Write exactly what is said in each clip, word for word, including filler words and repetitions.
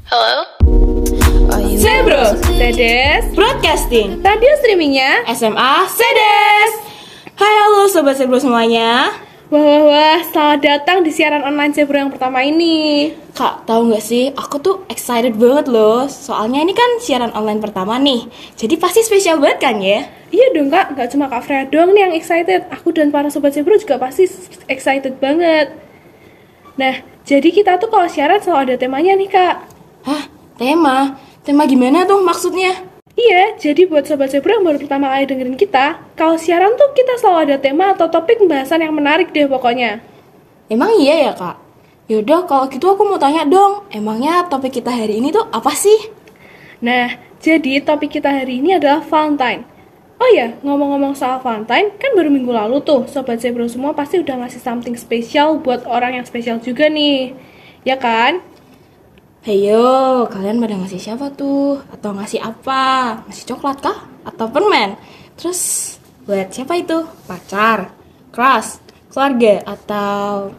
Hello? Zebros, Sedes, Broadcasting radio streamingnya. S M A Sedes. Hai halo Sobat Zebro semuanya. Wah, wah, wah, selamat datang di siaran online Zebro yang pertama ini. Kak, tahu nggak sih, aku tuh excited banget loh. Soalnya ini kan siaran online pertama nih. Jadi pasti spesial banget kan ya? Iya dong kak, gak cuma Kak Freya doang nih yang excited. Aku dan para Sobat Zebro juga pasti excited banget. Nah, jadi kita tuh kalau siaran selalu ada temanya nih kak. Hah? Tema? Tema gimana tuh maksudnya? Iya, jadi buat Sobat Zebro yang baru pertama kali dengerin kita, kalau siaran tuh kita selalu ada tema atau topik pembahasan yang menarik deh pokoknya. Emang iya ya kak? Yaudah kalau gitu aku mau tanya dong, emangnya topik kita hari ini tuh apa sih? Nah, jadi topik kita hari ini adalah Valentine. Oh ya, ngomong-ngomong soal Valentine, kan baru minggu lalu tuh, Sobat Zebro semua pasti udah ngasih something spesial buat orang yang spesial juga nih. Ya kan? Heyo, kalian pada ngasih siapa tuh? Atau ngasih apa? Ngasih coklat kah? Atau permen? Terus buat siapa itu? Pacar? Crush? Keluarga? Atau...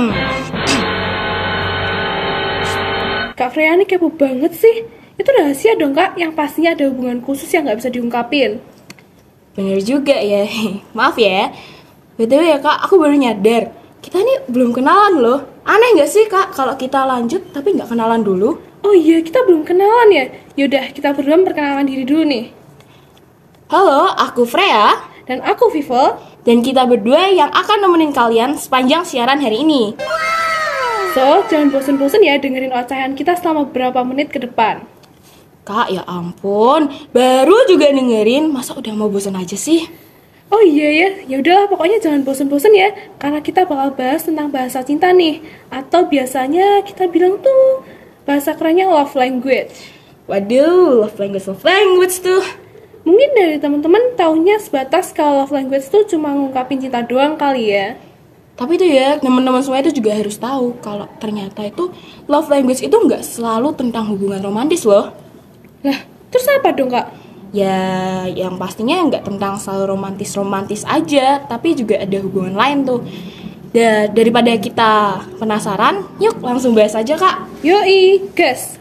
Kak Freya ini kepo banget sih. Itu rahasia dong kak, yang pastinya ada hubungan khusus yang gak bisa diungkapin. Bener juga ya. Maaf ya. B T W ya kak, aku baru nyadar. Kita ini belum kenalan loh. Aneh gak sih kak kalau kita lanjut tapi gak kenalan dulu? Oh iya, kita belum kenalan ya? Yaudah, kita berdua perkenalan diri dulu nih. Halo, aku Freya. Dan aku Vivo. Dan kita berdua yang akan nemenin kalian sepanjang siaran hari ini. So, jangan bosen-bosen ya dengerin ocehan kita selama beberapa menit ke depan. Kak, ya ampun, baru juga dengerin, masa udah mau bosan aja sih? Oh iya ya, ya udahlah pokoknya jangan bosen-bosen ya, karena kita bakal bahas tentang bahasa cinta nih, atau biasanya kita bilang tuh bahasa kerennya love language. Waduh, love language, love language tuh. Mungkin dari teman-teman taunya sebatas kalau love language tuh cuma ngungkapin cinta doang kali ya. Tapi tuh ya, teman-teman semua itu juga harus tahu kalau ternyata itu love language itu nggak selalu tentang hubungan romantis loh. Lah, terus apa dong kak? Ya, yang pastinya nggak tentang selalu romantis-romantis aja, tapi juga ada hubungan lain tuh. Da, daripada kita penasaran, yuk langsung bahas aja kak. Yoi, gas.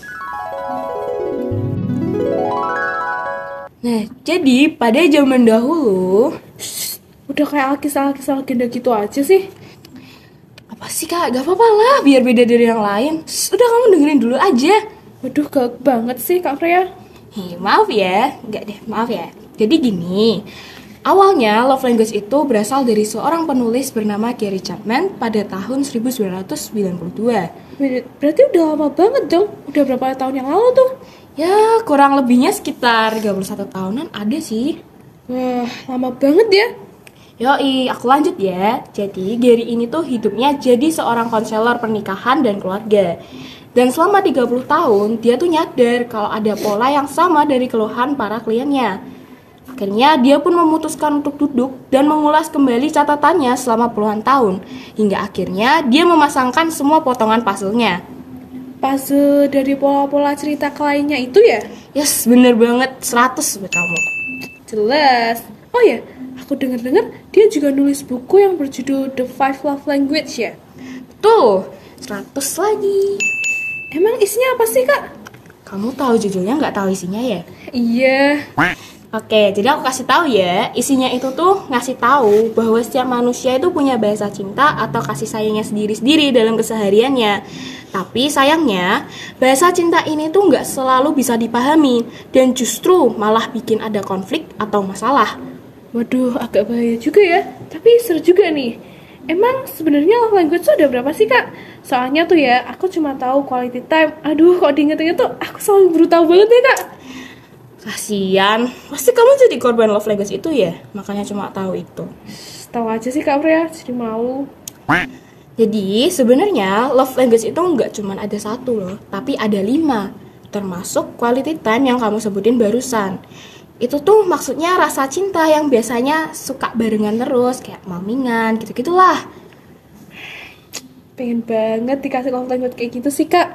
Nah, jadi pada zaman dahulu, Shh, udah kayak alkisah-alkisah legenda gitu aja sih. apa sih kak? Gak apa-apa lah, biar beda dari yang lain. Shh, udah kamu dengerin dulu aja. Waduh, galak banget sih Kak Freya. Hei, maaf ya, enggak deh, maaf ya. Jadi gini, awalnya love language itu berasal dari seorang penulis bernama Gary Chapman pada tahun seribu sembilan ratus sembilan puluh dua. Berarti udah lama banget dong. Udah berapa tahun yang lalu tuh? Ya, kurang lebihnya sekitar tiga puluh satu tahunan ada sih. Wah, lama banget ya. Yoi, aku lanjut ya. Jadi Gary ini tuh hidupnya jadi seorang konselor pernikahan dan keluarga. Dan selama tiga puluh tahun, dia tuh nyadar kalau ada pola yang sama dari keluhan para kliennya. Akhirnya, dia pun memutuskan untuk duduk dan mengulas kembali catatannya selama puluhan tahun. Hingga akhirnya, dia memasangkan semua potongan puzzle-nya. Puzzle dari pola-pola cerita kliennya itu ya? Yes, bener banget, seratus buat kamu. Jelas. Oh ya, aku denger-dengar dia juga nulis buku yang berjudul The Five Love Language ya? Tuh, seratus lagi. Emang isinya apa sih kak? Kamu tahu judulnya nggak tahu isinya ya? Iya. Oke, jadi aku kasih tahu ya. Isinya itu tuh ngasih tahu bahwa setiap manusia itu punya bahasa cinta atau kasih sayangnya sendiri-sendiri dalam kesehariannya. Tapi sayangnya, bahasa cinta ini tuh nggak selalu bisa dipahami dan justru malah bikin ada konflik atau masalah. Waduh, agak bahaya juga ya. Tapi seru juga nih. Emang sebenarnya love language tuh ada berapa sih kak? Soalnya tuh ya, aku cuma tahu quality time. Aduh, kok diinget-inget tuh aku selalu brutal banget ya kak. Kasian, pasti kamu jadi korban love language itu ya? Makanya cuma tahu itu. Tahu aja sih kak Freya, jadi malu. Jadi sebenarnya love language itu nggak cuma ada satu loh, tapi ada lima. Termasuk quality time yang kamu sebutin barusan. Itu tuh maksudnya rasa cinta yang biasanya suka barengan terus, kayak mamingan, gitu-gitulah. Pengen banget dikasih love language kayak gitu sih kak.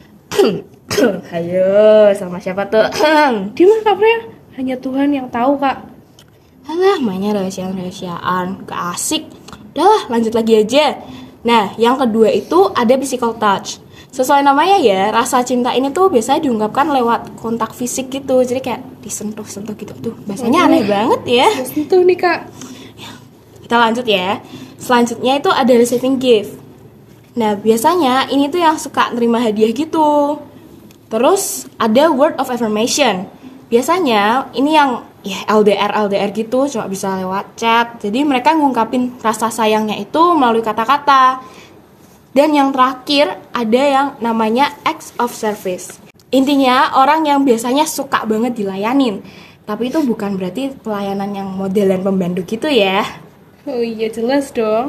Ayo, sama siapa tuh? Di mana kak Freya? Hanya Tuhan yang tahu kak. Alah, mainnya rahasiaan-rahasiaan, gak asik. Udahlah, lanjut lagi aja. Nah, yang kedua itu ada physical touch. Sesuai namanya ya, rasa cinta ini tuh biasanya diungkapkan lewat kontak fisik gitu. Jadi kayak disentuh-sentuh gitu. Tuh, bahasanya aneh banget ya. Sentuh nih Kak. Kita lanjut ya. Selanjutnya itu ada receiving gift. Nah, biasanya ini tuh yang suka nerima hadiah gitu. Terus ada word of affirmation. Biasanya ini yang ya L D R L D R gitu, cuma bisa lewat chat. Jadi mereka ngungkapin rasa sayangnya itu melalui kata-kata. Dan yang terakhir ada yang namanya acts of service. Intinya orang yang biasanya suka banget dilayanin. Tapi itu bukan berarti pelayanan yang modelan pembantu gitu ya. Oh iya jelas dong.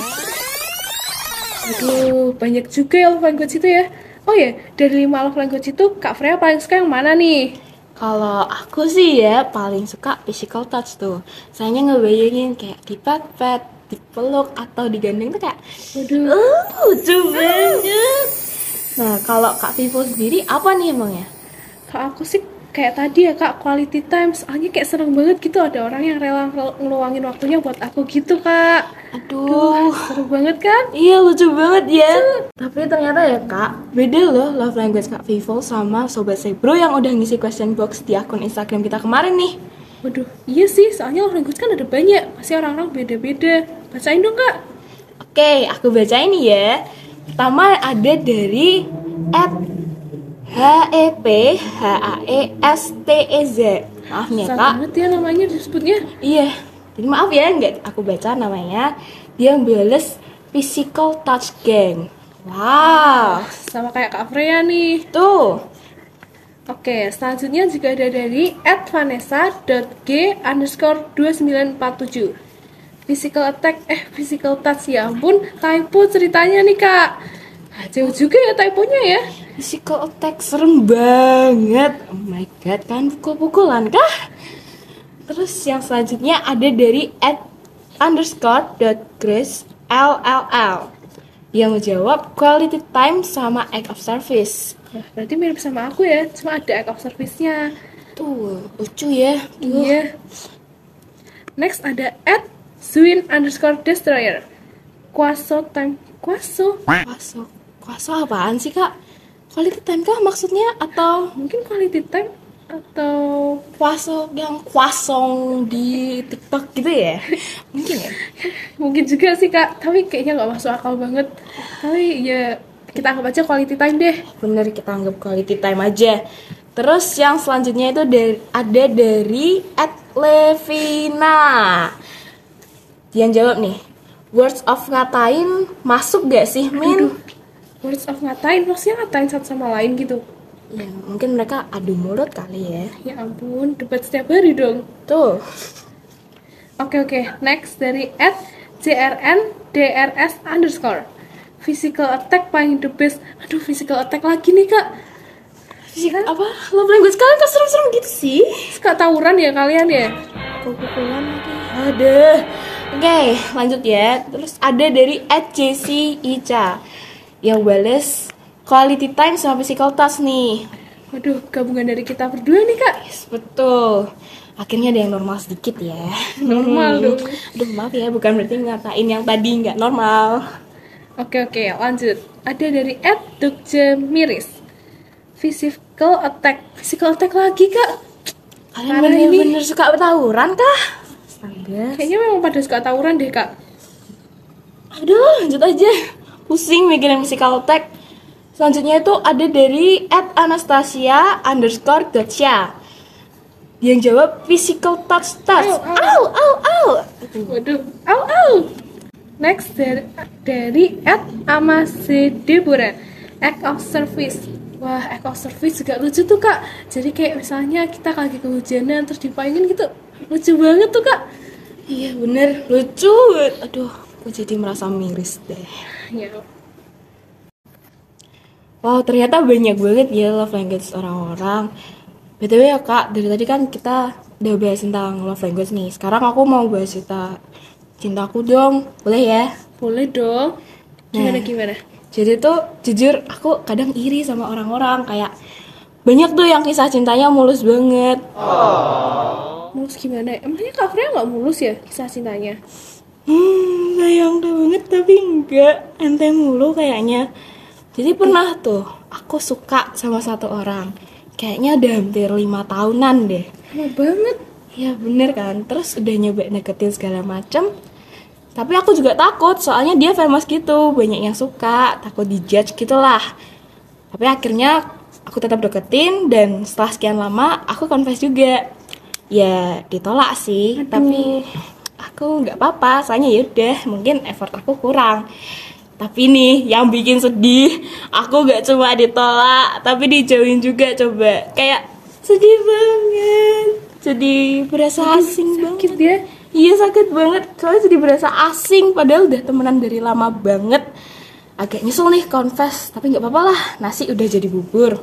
Aduh, banyak juga ya love language itu ya. Oh ya, dari lima love language itu Kak Freya paling suka yang mana nih? Kalau aku sih ya paling suka physical touch tuh. Saya ngebayangin kayak dipet-pet, dipeluk atau digandeng tuh kayak Waduh, uh, lucu banget. Nah, kalau Kak Vivo sendiri apa nih emangnya? kalau aku sih kayak tadi ya Kak, quality time. Soalnya kayak seneng banget gitu ada orang yang rela ngel- ngeluangin waktunya buat aku gitu Kak. Aduh, Seru banget kan? iya lucu banget ya. Tapi ternyata ya Kak, beda loh love language Kak Vivo sama Sobat Sebro yang udah ngisi question box di akun Instagram kita kemarin nih. Waduh, iya sih, soalnya love language kan ada banyak. Pasti orang-orang beda-beda. Bacain dong Kak. Oke, aku bacain nih ya. Pertama ada dari at H E P H A E S T E Z. Maaf nih ya Susah Kak. banget ya namanya disebutnya. Iya, jadi maaf ya nggak aku baca namanya. Dia bales physical touch gang. Wow, Sama kayak Kak Freya nih. tuh. Oke, selanjutnya juga ada dari at vanessa.g underscore dua sembilan empat tujuh. Physical attack, eh physical touch, ya ampun, typo ceritanya nih Kak. Ah, jauh juga ya typonya ya. Physical attack serem banget. Oh my god, kan pukul-pukulan kah? Terus yang selanjutnya ada dari at underscore dot grace L L L. Dia menjawab quality time sama act of service. Wah, berarti mirip sama aku ya, cuma ada act of service-nya. Tuh, lucu ya. Duh. Iya. Next ada at Zwin underscore destroyer. Kuaso time, kuaso. Kuaso. Kuaso apaan sih kak? Quality time kah maksudnya? Atau Mungkin quality time atau kuaso yang kuasong di TikTok gitu ya? Mungkin ya? mungkin juga sih Kak, tapi kayaknya nggak masuk akal banget. Tapi ya kita anggap aja quality time deh. Bener, kita anggap quality time aja. Terus yang selanjutnya itu dari, ada dari at Levina. Dia jawab nih, words of ngatain masuk gak sih Min? Words of ngatain, maksudnya ngatain satu sama lain gitu. Ya mungkin mereka adu mulut kali ya. Ya ampun, debat setiap hari dong. Tuh. Oke oke, next dari at jrndrs underscore. Physical attack paling the best. Aduh, physical attack lagi nih Kak. Fisik apa? Love language kalian kok serem-serem gitu sih? Suka tawuran ya kalian ya? Pukul-pukulan lagi. Aduh. Oke, lanjut ya. Terus ada dari at j c ica yang bales quality time sama physical touch nih. Waduh, gabungan dari kita berdua nih Kak. Yes, betul. Akhirnya ada yang normal sedikit ya. Normal dong. Aduh maaf ya, bukan berarti ngatain yang tadi nggak normal. Oke oke, lanjut. Ada dari at Miris. Physical attack. Physical attack lagi Kak. Kalian Parah ini. bener-bener suka tawuran kah? Astaga. Kayaknya memang pada suka tawuran deh Kak. Aduh, lanjut aja. Pusing mikirin physical attack. Selanjutnya itu ada dari at anastasia underscore gotcha. Yang jawab physical touch touch. Au, Au, au, au. Waduh, au au. Next dari dari at amasedebora, act of service. Wah, act of service juga lucu tuh Kak. Jadi kayak misalnya kita lagi kehujanan terus dipayungin gitu, lucu banget tuh Kak. Iya bener, lucu. Aduh, aku jadi merasa miris deh. Ya. Wow, ternyata banyak banget ya love language orang-orang. B T W ya kak, dari tadi kan kita udah bahas tentang love language nih. Sekarang aku mau bahas cerita cintaku dong, boleh ya? Boleh dong. Gimana Nah. gimana? Jadi tuh jujur aku kadang iri sama orang-orang. Kayak banyak tuh yang kisah cintanya mulus banget. Mulus gimana? Emangnya Kak Freya nggak mulus ya kisah cintanya? Hmm, sayang banget tapi enggak. Ente mulu kayaknya. Jadi pernah tuh aku suka sama satu orang. Kayaknya udah hampir lima tahunan deh. Lama banget. Ya bener kan. Terus udah nyoba deketin segala macem. Tapi aku juga takut soalnya dia famous gitu. Banyak yang suka. Takut dijudge gitulah. Tapi akhirnya aku tetap deketin. Dan setelah sekian lama aku confess juga. Ya ditolak sih. Aduh. Tapi aku nggak apa-apa. Soalnya yaudah mungkin effort aku kurang. Tapi nih yang bikin sedih, aku gak cuma ditolak, tapi dijauhin juga coba. Kayak sedih banget. Jadi berasa asing Sakit banget. ya. Iya sakit banget. Soalnya jadi berasa asing, padahal udah temenan dari lama banget. Agak nyesel nih confess, tapi gak apa-apa lah. Nasi udah jadi bubur.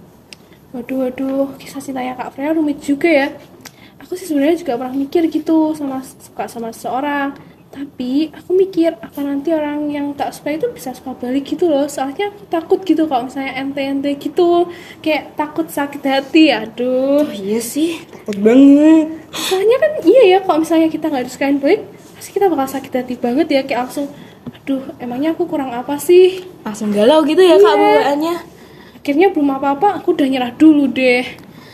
Waduh, waduh, kisah cintanya Kak Freya rumit juga ya. Aku sih sebenarnya juga pernah mikir gitu sama suka sama seseorang. Tapi aku mikir apa nanti orang yang tak suka itu bisa suka balik gitu loh. Soalnya aku takut gitu kalau misalnya ente-ente gitu. Kayak takut sakit hati, aduh. Oh iya sih, takut banget. Soalnya kan iya ya kalau misalnya kita nggak disukain balik, pasti kita bakal sakit hati banget ya. Kayak langsung, aduh emangnya aku kurang apa sih? Langsung galau gitu ya kak Iya. bawaannya. Akhirnya belum apa-apa, aku udah nyerah dulu deh.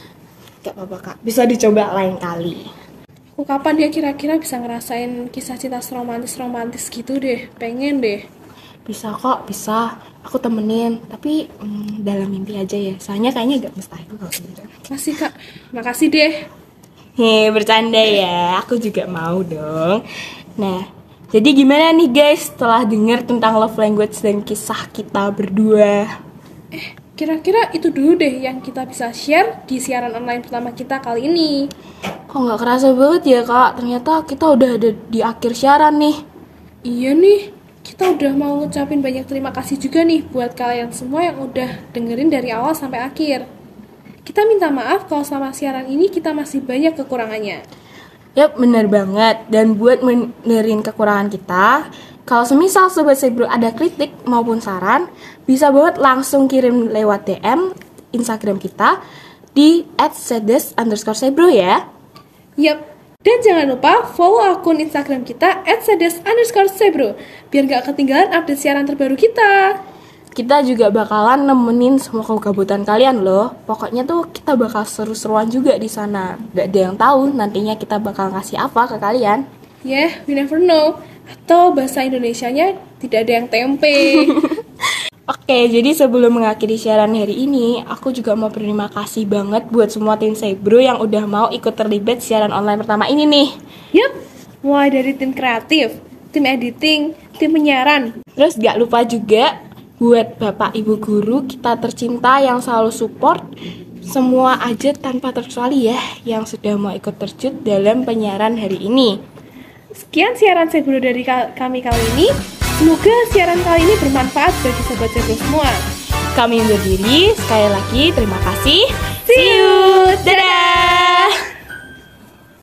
Gak apa-apa kak, bisa dicoba lain kali. Aku kapan dia kira-kira bisa ngerasain kisah cinta romantis-romantis gitu deh. Pengen deh. Bisa kok, bisa. Aku temenin, tapi mm, dalam mimpi aja ya. Soalnya kayaknya gak mustahil kalau gitu. Makasih Kak, makasih deh. Hei, bercanda ya. Aku juga mau dong. Nah, jadi gimana nih guys setelah denger tentang love language dan kisah kita berdua? Eh, kira-kira itu dulu deh yang kita bisa share di siaran online pertama kita kali ini. Kok gak kerasa banget ya kak? Ternyata kita udah ada di akhir siaran nih. Iya nih, kita udah mau ngucapin banyak terima kasih juga nih buat kalian semua yang udah dengerin dari awal sampai akhir. Kita minta maaf kalau selama siaran ini kita masih banyak kekurangannya. Yap, bener banget. Dan buat benerin kekurangan kita, kalau semisal Sobat Sebro ada kritik maupun saran, bisa banget langsung kirim lewat D M Instagram kita di at sedes underscore sebro ya. Yap, dan jangan lupa follow akun Instagram kita at sedes underscore sebro biar gak ketinggalan update siaran terbaru kita. Kita juga bakalan nemenin semua kegabutan kalian loh. Pokoknya tuh kita bakal seru-seruan juga di sana. Gak ada yang tahu nantinya kita bakal ngasih apa ke kalian. Yeah, we never know. Atau bahasa Indonesianya tidak ada yang tempe. Oke, jadi sebelum mengakhiri siaran hari ini, aku juga mau berterima kasih banget buat semua tim Sebro yang udah mau ikut terlibat siaran online pertama ini nih. Yup, mulai dari tim kreatif, tim editing, tim penyiaran. Terus gak lupa juga buat Bapak Ibu Guru kita tercinta yang selalu support semua aja tanpa terkecuali ya yang sudah mau ikut terjun dalam penyiaran hari ini. Sekian siaran Sebro dari ka- kami kali ini. Semoga siaran kali ini bermanfaat bagi Sobat Sebro semua. Kami undur diri, sekali lagi terima kasih. See you! Dadah!